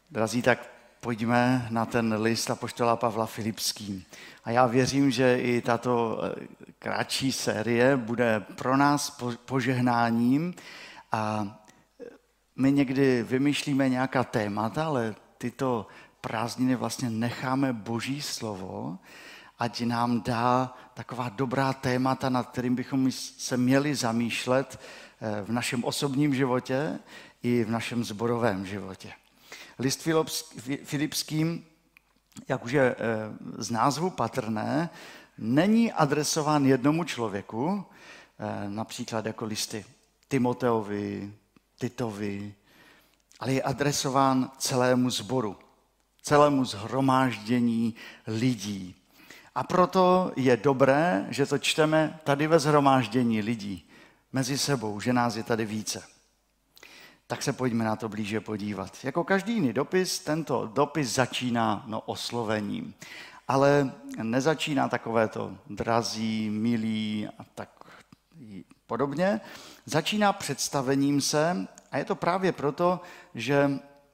Drazí, tak pojďme na ten list apoštola Pavla Filipským. A já věřím, že i tato kratší série bude pro nás požehnáním. A my někdy vymýšlíme nějaká témata, ale tyto prázdniny vlastně necháme Boží slovo, ať nám dá taková dobrá témata, nad kterým bychom se měli zamýšlet v našem osobním životě i v našem sborovém životě. List Filipským, jak už je z názvu patrné, není adresován jednomu člověku, například jako listy Timoteovi, Titovi, ale je adresován celému sboru, celému shromáždění lidí. A proto je dobré, že to čteme tady ve shromáždění lidí mezi sebou, že nás je tady více. Tak se pojďme na to blíže podívat. Jako každý jiný dopis, tento dopis začíná oslovením. Ale nezačíná takovéto drazí, milí a tak podobně. Začíná představením se a je to právě proto, že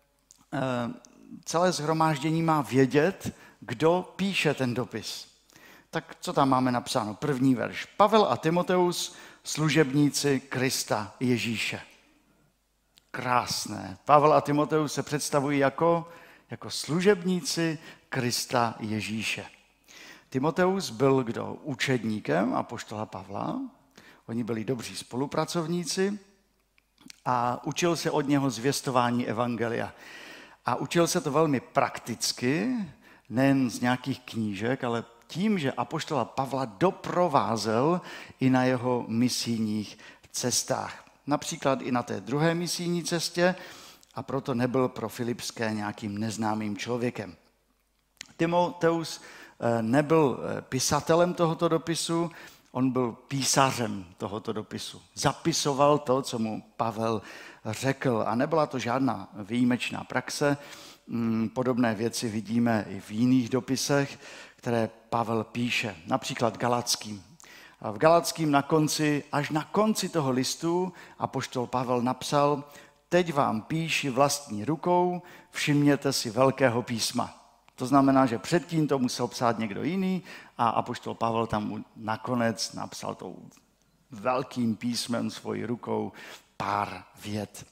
celé shromáždění má vědět, kdo píše ten dopis. Tak co tam máme napsáno? První verš. Pavel a Timoteus, služebníci Krista Ježíše. Krásné. Pavel a Timoteus se představují jako služebníci Krista Ježíše. Timoteus byl kdo? Učedníkem apoštola Pavla. Oni byli dobří spolupracovníci a učil se od něho zvěstování evangelia. A učil se to velmi prakticky, nejen z nějakých knížek, ale tím, že apoštola Pavla doprovázel i na jeho misijních cestách. Například i na té druhé misijní cestě a proto nebyl pro Filipské nějakým neznámým člověkem. Timoteus nebyl pisatelem tohoto dopisu, on byl písařem tohoto dopisu. Zapisoval to, co mu Pavel řekl a nebyla to žádná výjimečná praxe. Podobné věci vidíme i v jiných dopisech, které Pavel píše, například Galackým. A v Galackým až na konci toho listu apoštol Pavel napsal: teď vám píši vlastní rukou, všimněte si velkého písma. To znamená, že předtím to musel psát někdo jiný a apoštol Pavel tam nakonec napsal tou velkým písmem svojí rukou pár vět.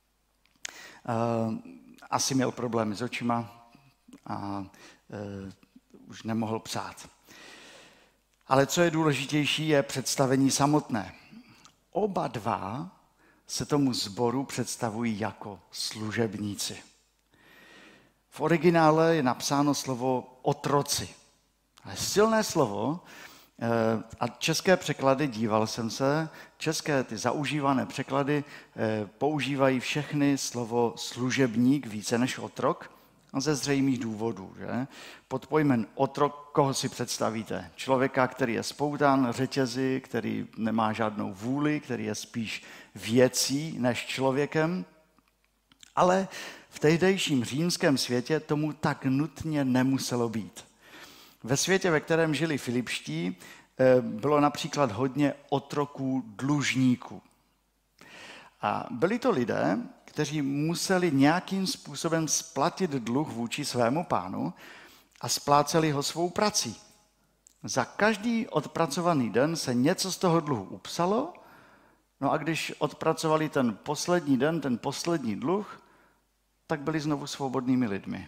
Asi měl problémy s očima a už nemohl psát. Ale co je důležitější, je představení samotné. Oba dva se tomu sboru představují jako služebníci. V originále je napsáno slovo otroci. Ale silné slovo a české překlady, díval jsem se, české ty zaužívané překlady používají všechny slovo služebník více než otrok, ze zřejmých důvodů. Že? Pod pojmem otrok, koho si představíte? Člověka, který je spoután řetězy, který nemá žádnou vůli, který je spíš věcí než člověkem. Ale v tehdejším římském světě tomu tak nutně nemuselo být. Ve světě, ve kterém žili Filipští, bylo například hodně otroků dlužníků. A byli to lidé, kteří museli nějakým způsobem splatit dluh vůči svému pánu a spláceli ho svou prací. Za každý odpracovaný den se něco z toho dluhu upsalo, no a když odpracovali ten poslední den, ten poslední dluh, tak byli znovu svobodnými lidmi.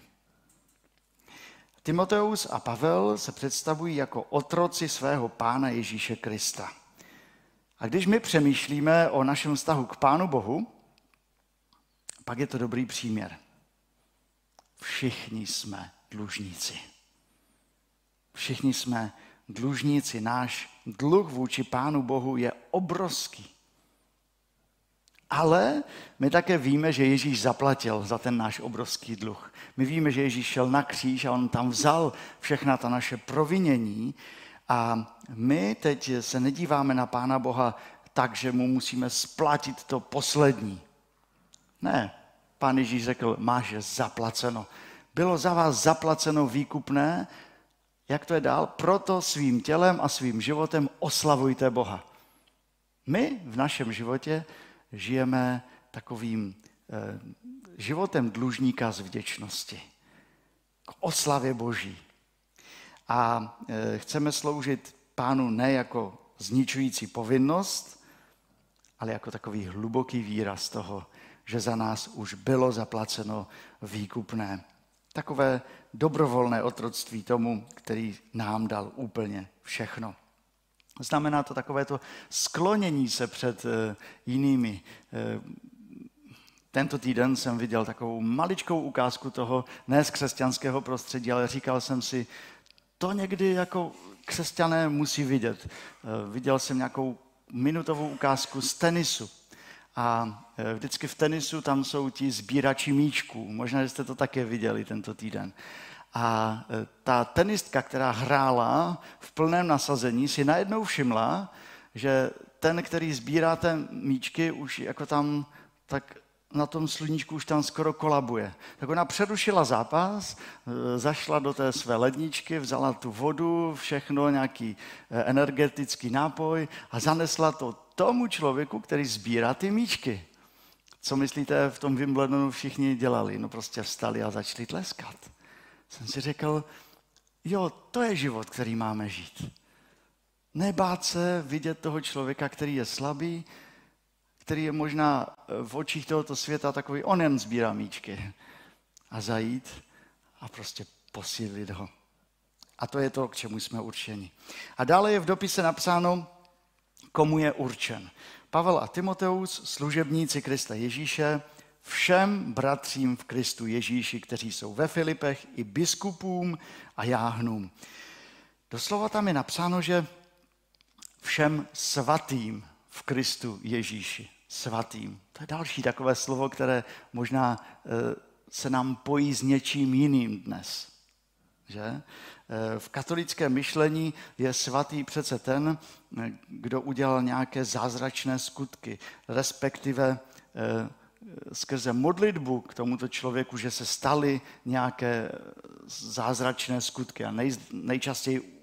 Timoteus a Pavel se představují jako otroci svého pána Ježíše Krista. A když my přemýšlíme o našem vztahu k Pánu Bohu, pak je to dobrý příměr. Všichni jsme dlužníci. Všichni jsme dlužníci. Náš dluh vůči Pánu Bohu je obrovský. Ale my také víme, že Ježíš zaplatil za ten náš obrovský dluh. My víme, že Ježíš šel na kříž a on tam vzal všechna ta naše provinění a my teď se nedíváme na Pána Boha tak, že mu musíme splatit to poslední. Ne, Pán Ježíš řekl, máš zaplaceno. Bylo za vás zaplaceno výkupné, jak to je dál? Proto svým tělem a svým životem oslavujte Boha. My v našem životě žijeme takovým životem dlužníka z vděčnosti, k oslavě Boží. A chceme sloužit Pánu ne jako zničující povinnost, ale jako takový hluboký výraz toho, že za nás už bylo zaplaceno výkupné. Takové dobrovolné otroctví tomu, který nám dal úplně všechno. Znamená to takové to sklonění se před jinými. Tento týden jsem viděl takovou maličkou ukázku toho, ne z křesťanského prostředí, ale říkal jsem si, to někdy jako křesťané musí vidět. Viděl jsem nějakou minutovou ukázku z tenisu. A vždycky v tenisu tam jsou ti sbírači míčků. Možná, že jste to také viděli tento týden. A ta tenistka, která hrála v plném nasazení, si najednou všimla, že ten, který sbírá ty míčky, už jako tam tak na tom sluníčku už tam skoro kolabuje. Tak ona přerušila zápas, zašla do té své ledničky, vzala tu vodu, všechno, nějaký energetický nápoj a zanesla to tomu člověku, který sbírá ty míčky. Co myslíte, v tom Wimbledonu všichni dělali? No prostě vstali a začali tleskat. Jsem si řekl, jo, to je život, který máme žít. Nebát se vidět toho člověka, který je slabý, který je možná v očích tohoto světa takový, on jen sbírá míčky. A zajít a prostě posílit ho. A to je to, k čemu jsme určeni. A dále je v dopise napsáno, komu je určen. Pavel a Timoteus, služebníci Krista Ježíše, všem bratřím v Kristu Ježíši, kteří jsou ve Filipech, i biskupům a jáhnům. Doslova tam je napsáno, že všem svatým v Kristu Ježíši. Svatým. To je další takové slovo, které možná se nám pojí s něčím jiným dnes. Že? V katolickém myšlení je svatý přece ten, kdo udělal nějaké zázračné skutky, respektive skrze modlitbu k tomuto člověku, že se staly nějaké zázračné skutky a nejčastěji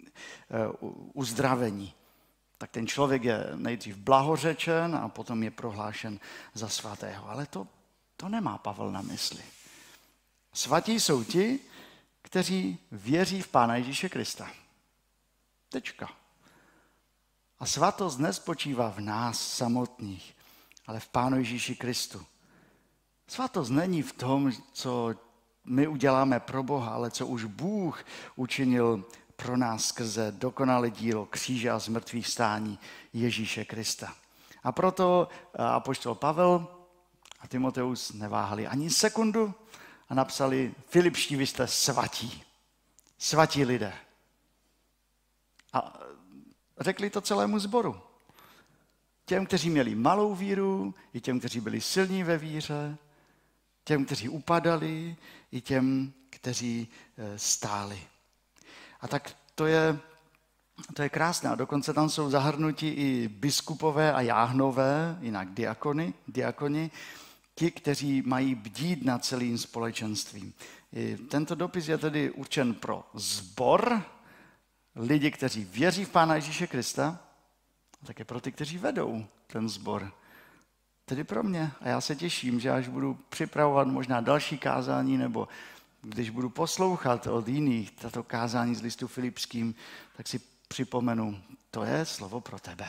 uzdravení. Tak ten člověk je nejdřív blahořečen a potom je prohlášen za svatého. Ale to nemá Pavel na mysli. Svatí jsou ti, kteří věří v Pána Ježíše Krista. Tečka. A svatost nespočívá v nás samotných, ale v Pánu Ježíši Kristu. Svatost není v tom, co my uděláme pro Boha, ale co už Bůh učinil pro nás skrze dokonalé dílo kříže a zmrtvých stání Ježíše Krista. A proto apoštol Pavel a Timoteus neváhali ani sekundu a napsali, Filipští, vy jste svatí. Svatí lidé. A řekli to celému sboru. Těm, kteří měli malou víru, i těm, kteří byli silní ve víře, těm, kteří upadali, i těm, kteří stáli. A tak to je krásné. Dokonce tam jsou zahrnuti i biskupové a jáhnové, jinak diakoni, ti, kteří mají bdít nad celým společenstvím. Tento dopis je tedy určen pro sbor, lidi, kteří věří v Pána Ježíše Krista, a také pro ty, kteří vedou ten sbor. Tedy pro mě. A já se těším, že až budu připravovat možná další kázání, nebo když budu poslouchat od jiných tato kázání z listu Filipským, tak si připomenu, to je slovo pro tebe.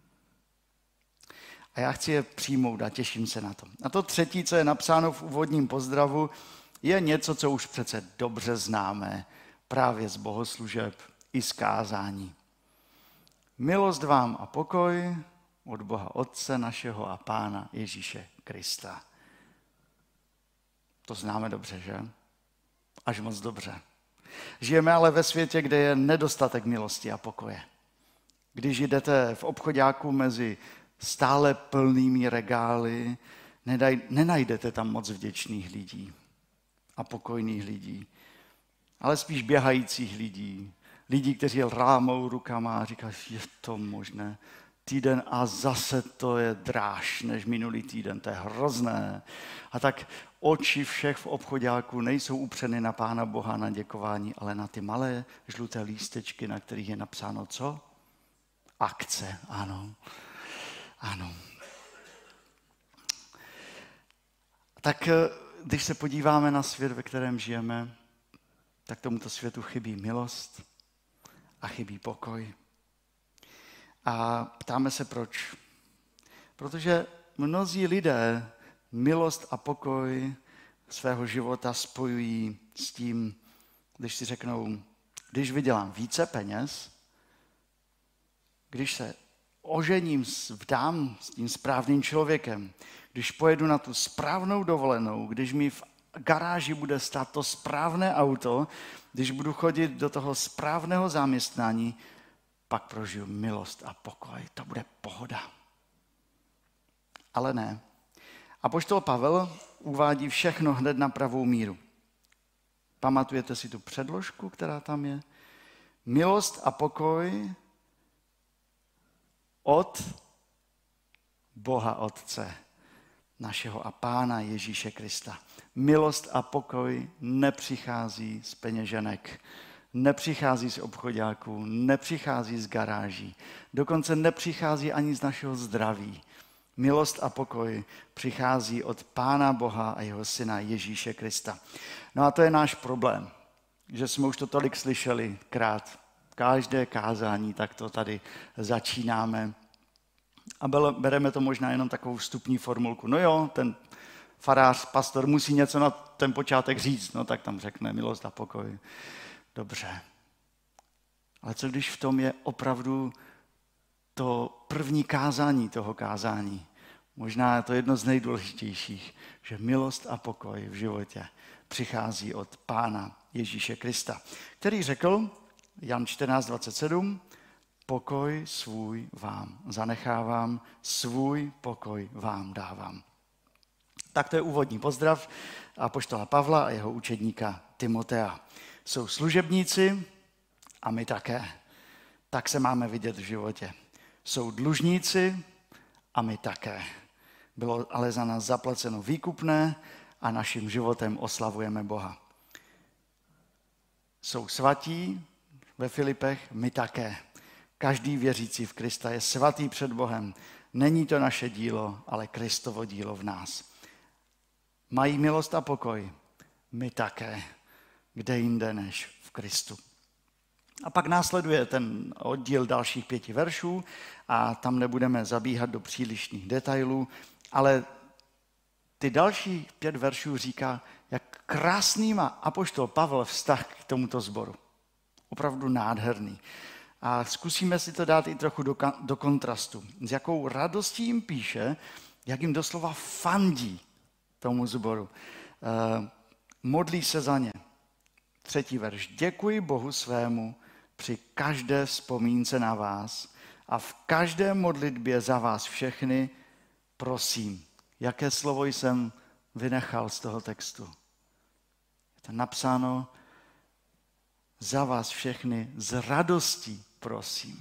A já chci je přijmout a těším se na to. A to třetí, co je napsáno v úvodním pozdravu, je něco, co už přece dobře známe právě z bohoslužeb i z kázání. Milost vám a pokoj od Boha Otce našeho a Pána Ježíše Krista. To známe dobře, že? Až moc dobře. Žijeme ale ve světě, kde je nedostatek milosti a pokoje. Když jdete v obchoďáku mezi stále plnými regály, nenajdete tam moc vděčných lidí a pokojných lidí, ale spíš běhajících lidí. Lidí, kteří lámou rukama a říkají, je to možné. Týden a zase to je dráž než minulý týden, to je hrozné. A tak oči všech v obchoďáku nejsou upřeny na Pána Boha na děkování, ale na ty malé žluté lístečky, na kterých je napsáno co? Akce, ano. Ano. tak když se podíváme na svět, ve kterém žijeme, tak tomuto světu chybí milost a chybí pokoj. A ptáme se proč. Protože mnozí lidé milost a pokoj svého života spojují s tím, když si řeknou, když vydělám více peněz, když se ožením, vdám s tím správným člověkem, když pojedu na tu správnou dovolenou, když mi v garáži bude stát to správné auto, když budu chodit do toho správného zaměstnání, pak prožiju milost a pokoj. To bude pohoda. Ale ne. Apoštol Pavel uvádí všechno hned na pravou míru. Pamatujete si tu předložku, která tam je? Milost a pokoj od Boha Otce, našeho a Pána Ježíše Krista. Milost a pokoj nepřichází z peněženek, nepřichází z obchoďáků, nepřichází z garáží, dokonce nepřichází ani z našeho zdraví. Milost a pokoj přichází od Pána Boha a jeho Syna Ježíše Krista. No a to je náš problém, že jsme už to tolik slyšeli krát. Každé kázání, tak to tady začínáme. A bereme to možná jenom takovou vstupní formulku. No jo, ten farář, pastor musí něco na ten počátek říct, no tak tam řekne milost a pokoj. Dobře. Ale co když v tom je opravdu to první kázání toho kázání? Možná je to jedno z nejdůležitějších, že milost a pokoj v životě přichází od Pána Ježíše Krista, který řekl, Jan 14:27, pokoj svůj vám zanechávám, svůj pokoj vám dávám. Tak to je úvodní pozdrav apoštola Pavla a jeho učedníka Timotea. Jsou služebníci a my také. Tak se máme vidět v životě. Jsou dlužníci a my také. Bylo ale za nás zaplaceno výkupné a naším životem oslavujeme Boha. Jsou svatí ve Filipech, my také. Každý věřící v Krista je svatý před Bohem. Není to naše dílo, ale Kristovo dílo v nás. Mají milost a pokoj, my také. Kde jinde než v Kristu. A pak následuje ten oddíl dalších 5 veršů a tam nebudeme zabíhat do přílišných detailů, ale ty další 5 veršů říká, jak krásný má apoštol Pavel vztah k tomuto sboru. Opravdu nádherný. A zkusíme si to dát i trochu do kontrastu. S jakou radostí jim píše, jak jim doslova fandí tomu sboru. Modlí se za ně. 3. verš. Děkuji Bohu svému při každé vzpomínce na vás a v každé modlitbě za vás všechny prosím. Jaké slovo jsem vynechal z toho textu? Je to napsáno za vás všechny s radostí prosím.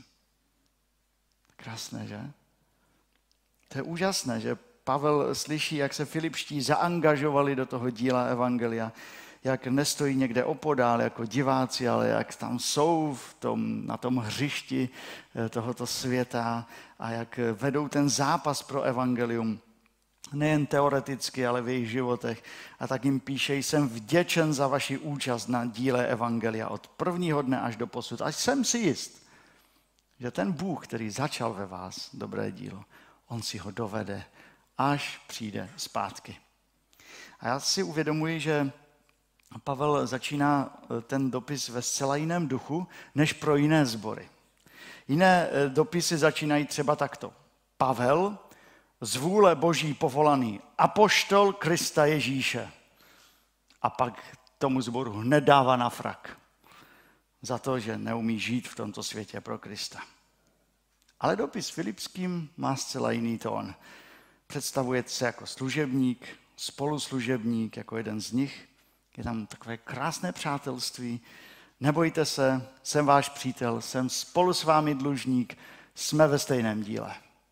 Krásné, že? To je úžasné, že Pavel slyší, jak se filipští zaangažovali do toho díla evangelia, jak nestojí někde opodál jako diváci, ale jak tam jsou na tom hřišti tohoto světa a jak vedou ten zápas pro evangelium. Nejen teoreticky, ale v jejich životech. A tak jim píše, jsem vděčen za vaši účast na díle evangelia od prvního dne až do posud. A jsem si jist, že ten Bůh, který začal ve vás dobré dílo, on si ho dovede, až přijde zpátky. A já si uvědomuji, že Pavel začíná ten dopis ve zcela jiném duchu, než pro jiné sbory. Jiné dopisy začínají třeba takto. Pavel, z vůle Boží povolaný, apoštol Krista Ježíše. A pak tomu sboru hned dává na frak za to, že neumí žít v tomto světě pro Krista. Ale dopis filipským má zcela jiný tón. Představuje se jako služebník, spoluslužebník, jako jeden z nich. Je tam takové krásné přátelství. Nebojte se, jsem váš přítel, jsem spolu s vámi dlužník, jsme ve stejném díle.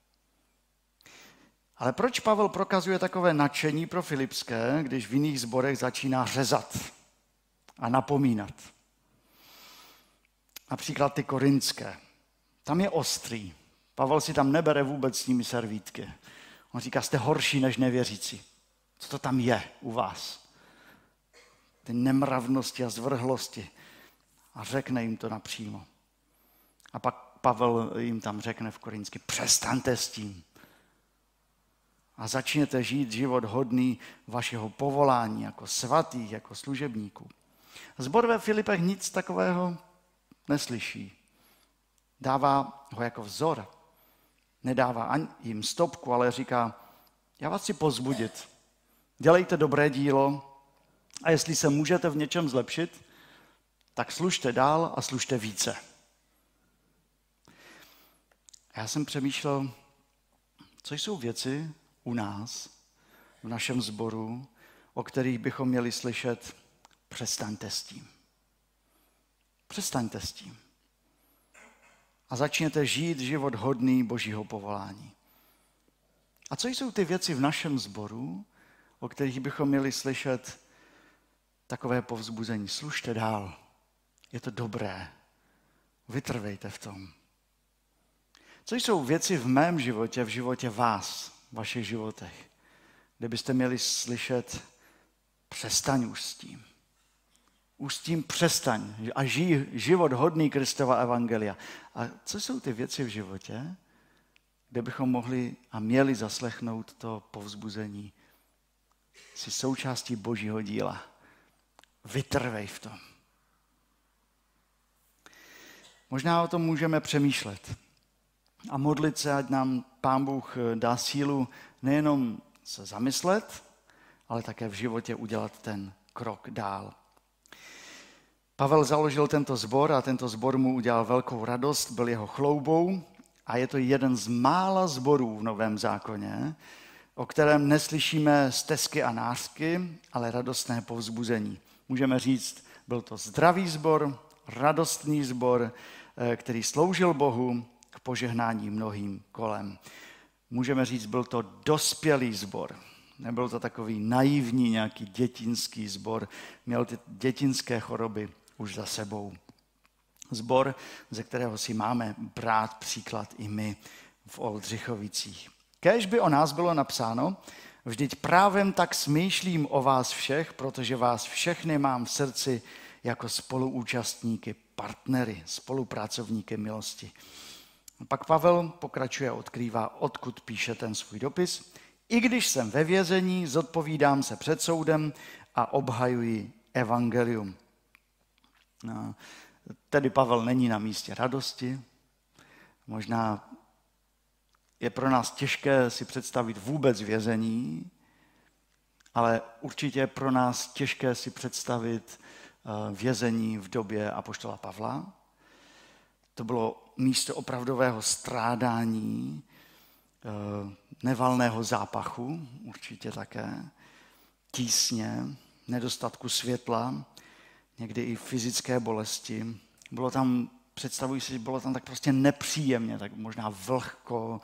Ale proč Pavel prokazuje takové nadšení pro filipské, když v jiných sborech začíná řezat a napomínat? Například ty korintské. Tam je ostrý. Pavel si tam nebere vůbec s nimi servítky. On říká, jste horší než nevěřící. Co to tam je u vás? Ty nemravnosti a zvrhlosti. A řekne jim to napřímo. A pak Pavel jim tam řekne v Korinském, přestaňte s tím. A začněte žít život hodný vašeho povolání jako svatých, jako služebníků. Sbor ve Filipech nic takového neslyší. Dává ho jako vzor. Nedává ani jim stopku, ale říká, já vás chci povzbudit. Dělejte dobré dílo a jestli se můžete v něčem zlepšit, tak služte dál a služte více. Já jsem přemýšlel, co jsou věci u nás, v našem sboru, o kterých bychom měli slyšet, přestaňte s tím. Přestaňte s tím. A začněte žít život hodný Božího povolání. A co jsou ty věci v našem sboru, o kterých bychom měli slyšet takové povzbuzení? Služte dál. Je to dobré. Vytrvejte v tom. Co jsou věci v mém životě, v životě vás, v vašich životech, kde byste měli slyšet, přestaň už s tím. Už s tím přestaň a žij život hodný Kristova evangelia. A co jsou ty věci v životě, kde bychom mohli a měli zaslechnout to povzbuzení? Jsi součástí Božího díla. Vytrvej v tom. Možná o tom můžeme přemýšlet a modlit se, ať nám Pán Bůh dá sílu nejenom se zamyslet, ale také v životě udělat ten krok dál. Pavel založil tento sbor a tento sbor mu udělal velkou radost, byl jeho chloubou a je to jeden z mála sborů v Novém zákoně, o kterém neslyšíme stesky a nářky, ale radostné povzbuzení. Můžeme říct, byl to zdravý sbor, radostný sbor, který sloužil Bohu k požehnání mnohým kolem. Můžeme říct, byl to dospělý sbor. Nebyl to takový naivní nějaký dětinský sbor, měl ty dětinské choroby už za sebou. Sbor, ze kterého si máme brát příklad i my v Oldřichovicích. Kéž by o nás bylo napsáno, vždyť právem tak smýšlím o vás všech, protože vás všechny mám v srdci jako spoluúčastníky, partnery, spolupracovníky milosti. A pak Pavel pokračuje a odkrývá, odkud píše ten svůj dopis. I když jsem ve vězení, zodpovídám se před soudem a obhajuji evangelium. No, tedy Pavel není na místě radosti. Možná je pro nás těžké si představit vůbec vězení, ale určitě je pro nás těžké si představit vězení v době apoštola Pavla. To bylo místo opravdového strádání, nevalného zápachu, určitě také, tísně, nedostatku světla, někdy i fyzické bolesti. Bylo tam, představuji si, bylo tam tak prostě nepříjemně, tak možná vlhko.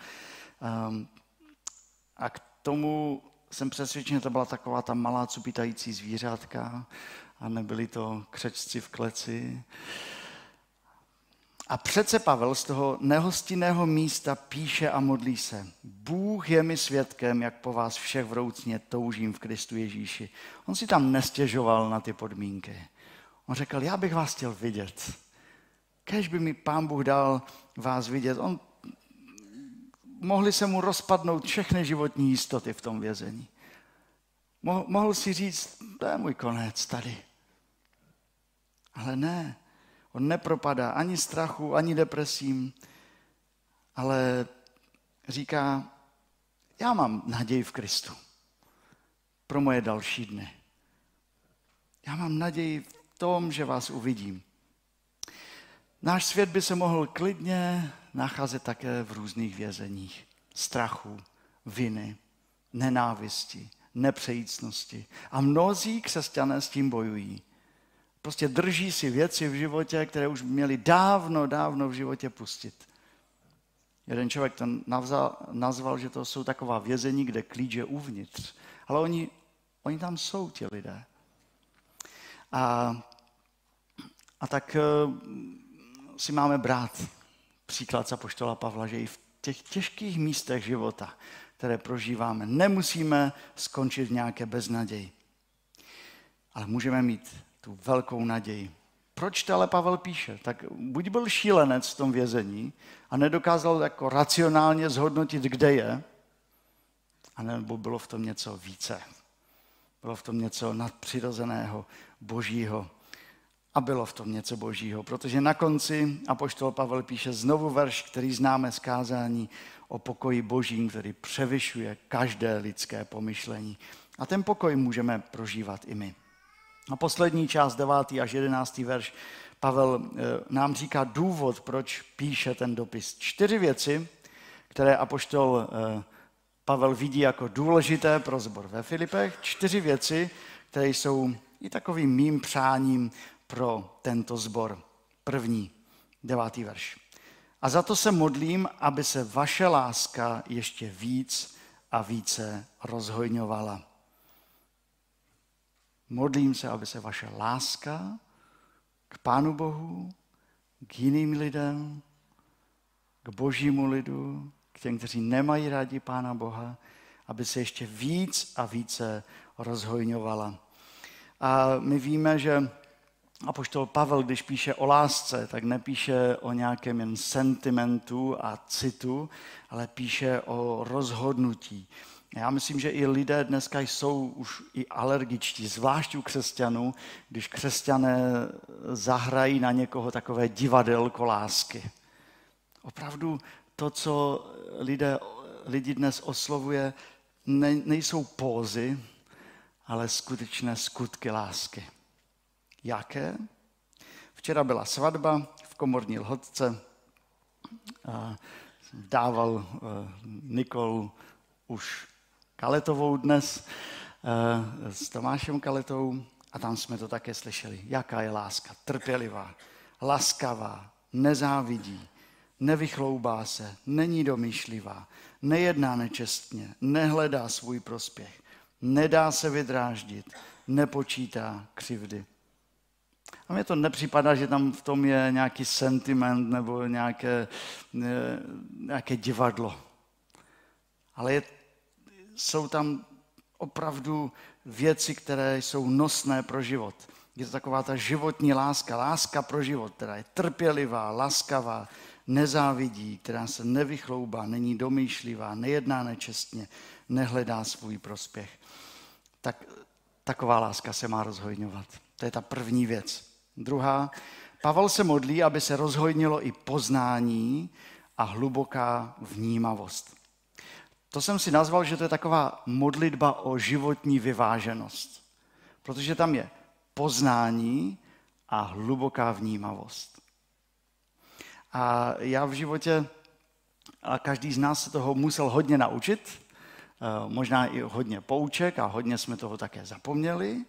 A k tomu jsem přesvědčen, že to byla taková ta malá cupitající zvířátka a nebyli to křečci v kleci. A přece Pavel z toho nehostinného místa píše a modlí se. Bůh je mi svědkem, jak po vás všech vroucně toužím v Kristu Ježíši. On si tam nestěžoval na ty podmínky. On řekl, já bych vás chtěl vidět. Kéž by mi Pán Bůh dal vás vidět. Mohli se mu rozpadnout všechny životní jistoty v tom vězení. Mohl si říct, to je můj konec tady. Ale ne. On nepropadá ani strachu, ani depresím, ale říká, já mám naději v Kristu pro moje další dny. Já mám naději v tom, že vás uvidím. Náš svět by se mohl klidně nacházet také v různých vězeních. Strachu, viny, nenávisti, nepřejícnosti. A mnozí křesťané s tím bojují. Prostě drží si věci v životě, které už měli dávno v životě pustit. Jeden člověk to nazval, že to jsou taková vězení, kde klíč je uvnitř. Ale oni tam jsou, ti lidé. A tak si máme brát příklad z apoštola Pavla, že i v těch těžkých místech života, které prožíváme, nemusíme skončit v nějaké beznaději. Ale můžeme mít tu velkou naději. Proč to ale Pavel píše? Tak buď byl šílenec v tom vězení a nedokázal jako racionálně zhodnotit, kde je, anebo bylo v tom něco více. Bylo v tom něco nadpřirozeného, božího. A bylo v tom něco božího, protože na konci apoštol Pavel píše znovu verš, který známe z kázání o pokoji božím, který převyšuje každé lidské pomyšlení. A ten pokoj můžeme prožívat i my. A poslední část, 9. až 11. verš, Pavel nám říká důvod, proč píše ten dopis. 4 věci, které apoštol Pavel vidí jako důležité pro sbor ve Filipech. 4 věci, které jsou i takovým mým přáním pro tento sbor. První, 9. verš. A za to se modlím, aby se vaše láska ještě víc a více rozhojňovala. Modlím se, aby se vaše láska k Pánu Bohu, k jiným lidem, k božímu lidu, k těm, kteří nemají rádi Pána Boha, aby se ještě víc a více rozhojňovala. A my víme, že apoštol Pavel, když píše o lásce, tak nepíše o nějakém jen sentimentu a citu, ale píše o rozhodnutí. Já myslím, že i lidé dneska jsou už i alergičtí, zvlášť u křesťanů, když křesťané zahrají na někoho takové divadelko lásky. Opravdu to, co lidi dnes oslovuje, nejsou pózy, ale skutečné skutky lásky. Jaké? Včera byla svatba v Komorní Lhotce. Dával Nikol už Kaletovou dnes s Tomášem Kaletou a tam jsme to také slyšeli. Jaká je láska? Trpělivá, laskavá, nezávidí, nevychloubá se, není domýšlivá, nejedná nečestně, nehledá svůj prospěch, nedá se vydráždit, nepočítá křivdy. A mně to nepřipadá, že tam v tom je nějaký sentiment nebo nějaké divadlo. Ale jsou tam opravdu věci, které jsou nosné pro život. Je to taková ta životní láska, láska pro život, která je trpělivá, laskavá, nezávidí, která se nevychloubá, není domýšlivá, nejedná nečestně, nehledá svůj prospěch. Tak taková láska se má rozhojňovat. To je ta první věc. Druhá, Pavel se modlí, aby se rozhojnilo i poznání a hluboká vnímavost. To jsem si nazval, že to je taková modlitba o životní vyváženost. Protože tam je poznání a hluboká vnímavost. A já v životě, a každý z nás se toho musel hodně naučit, možná i hodně pouček a hodně jsme toho také zapomněli.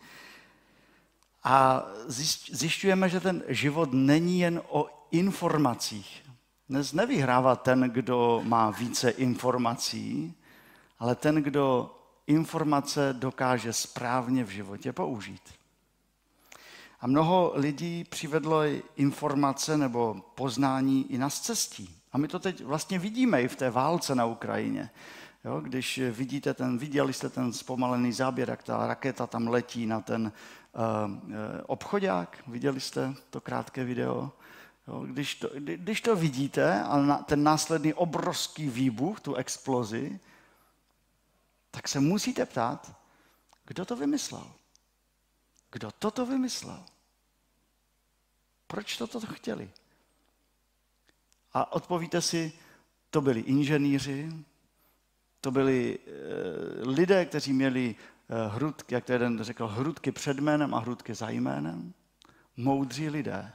A zjišťujeme, že ten život není jen o informacích. Dnes nevyhrává ten, kdo má více informací, ale ten, kdo informace dokáže správně v životě použít. A mnoho lidí přivedlo informace nebo poznání i na scestí. A my to teď vlastně vidíme i v té válce na Ukrajině. Jo, když viděli jste ten zpomalený záběr, jak ta raketa tam letí na ten obchodák, viděli jste to krátké video? Jo, když to vidíte a ten následný obrovský výbuch, tu explozi, tak se musíte ptát, kdo to vymyslel? Kdo toto vymyslel? Proč toto chtěli? A odpovíte si, to byli inženýři, to byli lidé, kteří měli hrudky, jak to jeden řekl, hrudky před jménem a hrudky za jménem. Moudří lidé,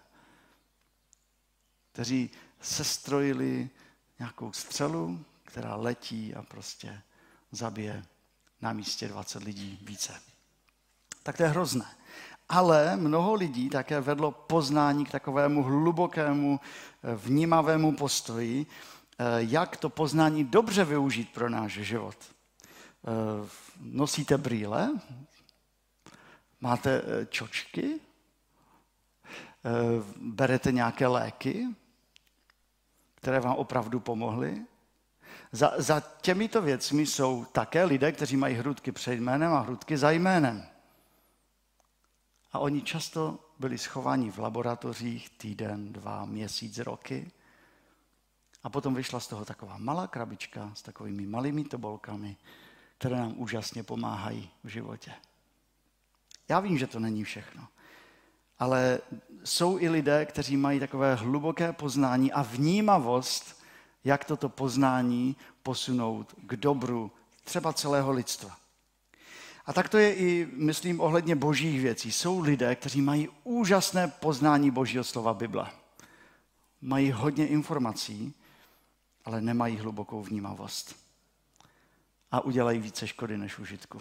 kteří sestrojili nějakou střelu, která letí a prostě zabije na místě 20 lidí více. Tak to je hrozné. Ale mnoho lidí také vedlo poznání k takovému hlubokému, vnímavému postoji, jak to poznání dobře využít pro náš život. Nosíte brýle? Máte čočky? Berete nějaké léky, které vám opravdu pomohly? Za těmito věcmi jsou také lidé, kteří mají hrudky před jménem a hrudky za jménem. A oni často byli schováni v laboratořích týden, 2, měsíc, roky. A potom vyšla z toho taková malá krabička s takovými malými tobolkami, které nám úžasně pomáhají v životě. Já vím, že to není všechno. Ale jsou i lidé, kteří mají takové hluboké poznání a vnímavost, jak toto poznání posunout k dobru třeba celého lidstva. A tak to je i, myslím, ohledně božích věcí. Jsou lidé, kteří mají úžasné poznání Božího slova Bible. Mají hodně informací, ale nemají hlubokou vnímavost. A udělají více škody než užitku.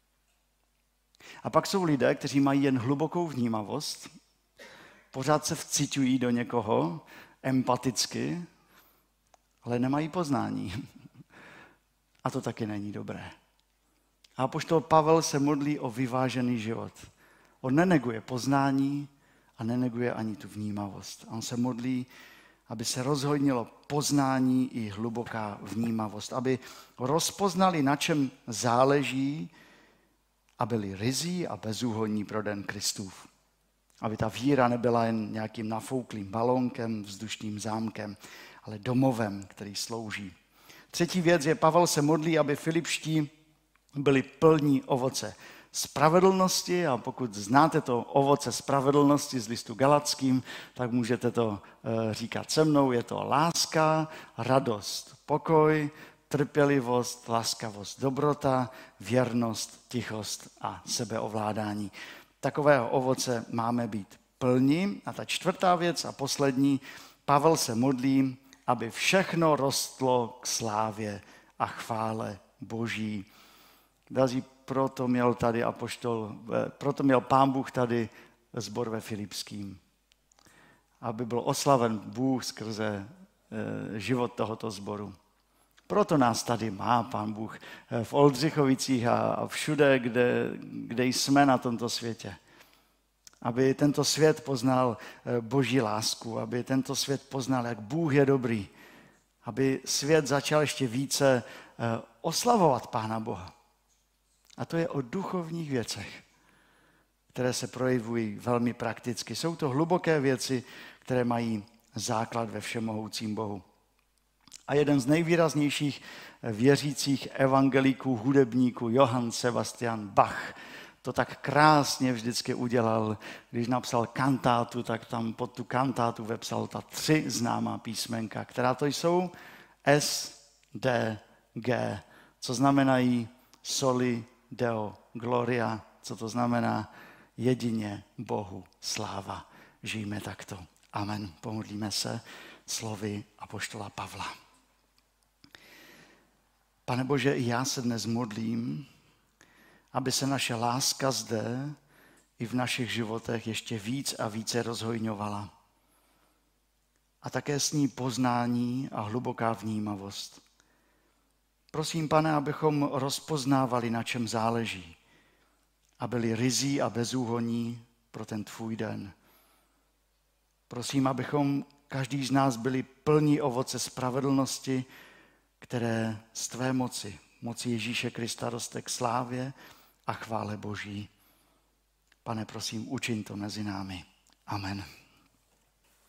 A pak jsou lidé, kteří mají jen hlubokou vnímavost, pořád se vciťují do někoho empaticky, ale nemají poznání. A to taky není dobré. A apoštol Pavel se modlí o vyvážený život. On neneguje poznání a neneguje ani tu vnímavost. On se modlí, aby se rozhodnilo poznání i hluboká vnímavost. Aby rozpoznali, na čem záleží, a byli ryzí a bezúhonní pro den Kristův. Aby ta víra nebyla jen nějakým nafouklým balónkem, vzdušným zámkem, ale domovem, který slouží. Třetí věc je, Pavel se modlí, aby Filipští byli plní ovoce spravedlnosti, a pokud znáte to ovoce spravedlnosti z listu Galatským, tak můžete to říkat se mnou. Je to láska, radost, pokoj, trpělivost, laskavost, dobrota, věrnost, tichost a sebeovládání. Takového ovoce máme být plní. A ta čtvrtá věc a poslední, Pavel se modlí, aby všechno rostlo k slávě a chvále Boží. Drazí, proto měl Pán Bůh tady sbor ve Filipským. Aby byl oslaven Bůh skrze život tohoto sboru. Proto nás tady má Pán Bůh v Oldřichovicích a všude, kde jsme na tomto světě. Aby tento svět poznal Boží lásku, aby tento svět poznal, jak Bůh je dobrý. Aby svět začal ještě více oslavovat Pána Boha. A to je o duchovních věcech, které se projevují velmi prakticky. Jsou to hluboké věci, které mají základ ve všemohoucím Bohu. A jeden z nejvýraznějších věřících evangelíků, hudebníků, Johann Sebastian Bach, to tak krásně vždycky udělal. Když napsal kantátu, tak tam pod tu kantátu vepsal ta 3 známá písmenka, která to jsou S, D, G, co znamenají soli Deo gloria, co to znamená jedině Bohu sláva. Žijme takto. Amen. Pomodlíme se slovy apoštola Pavla. Pane Bože, i já se dnes modlím, aby se naše láska zde i v našich životech ještě víc a více rozhojňovala. A také s ní poznání a hluboká vnímavost. Prosím, Pane, abychom rozpoznávali, na čem záleží, a byli ryzí a bezúhonní pro ten tvůj den. Prosím, abychom každý z nás byli plní ovoce spravedlnosti, které z tvé moci Ježíše Krista roste k slávě a chvále Boží. Pane, prosím, učiň to mezi námi. Amen.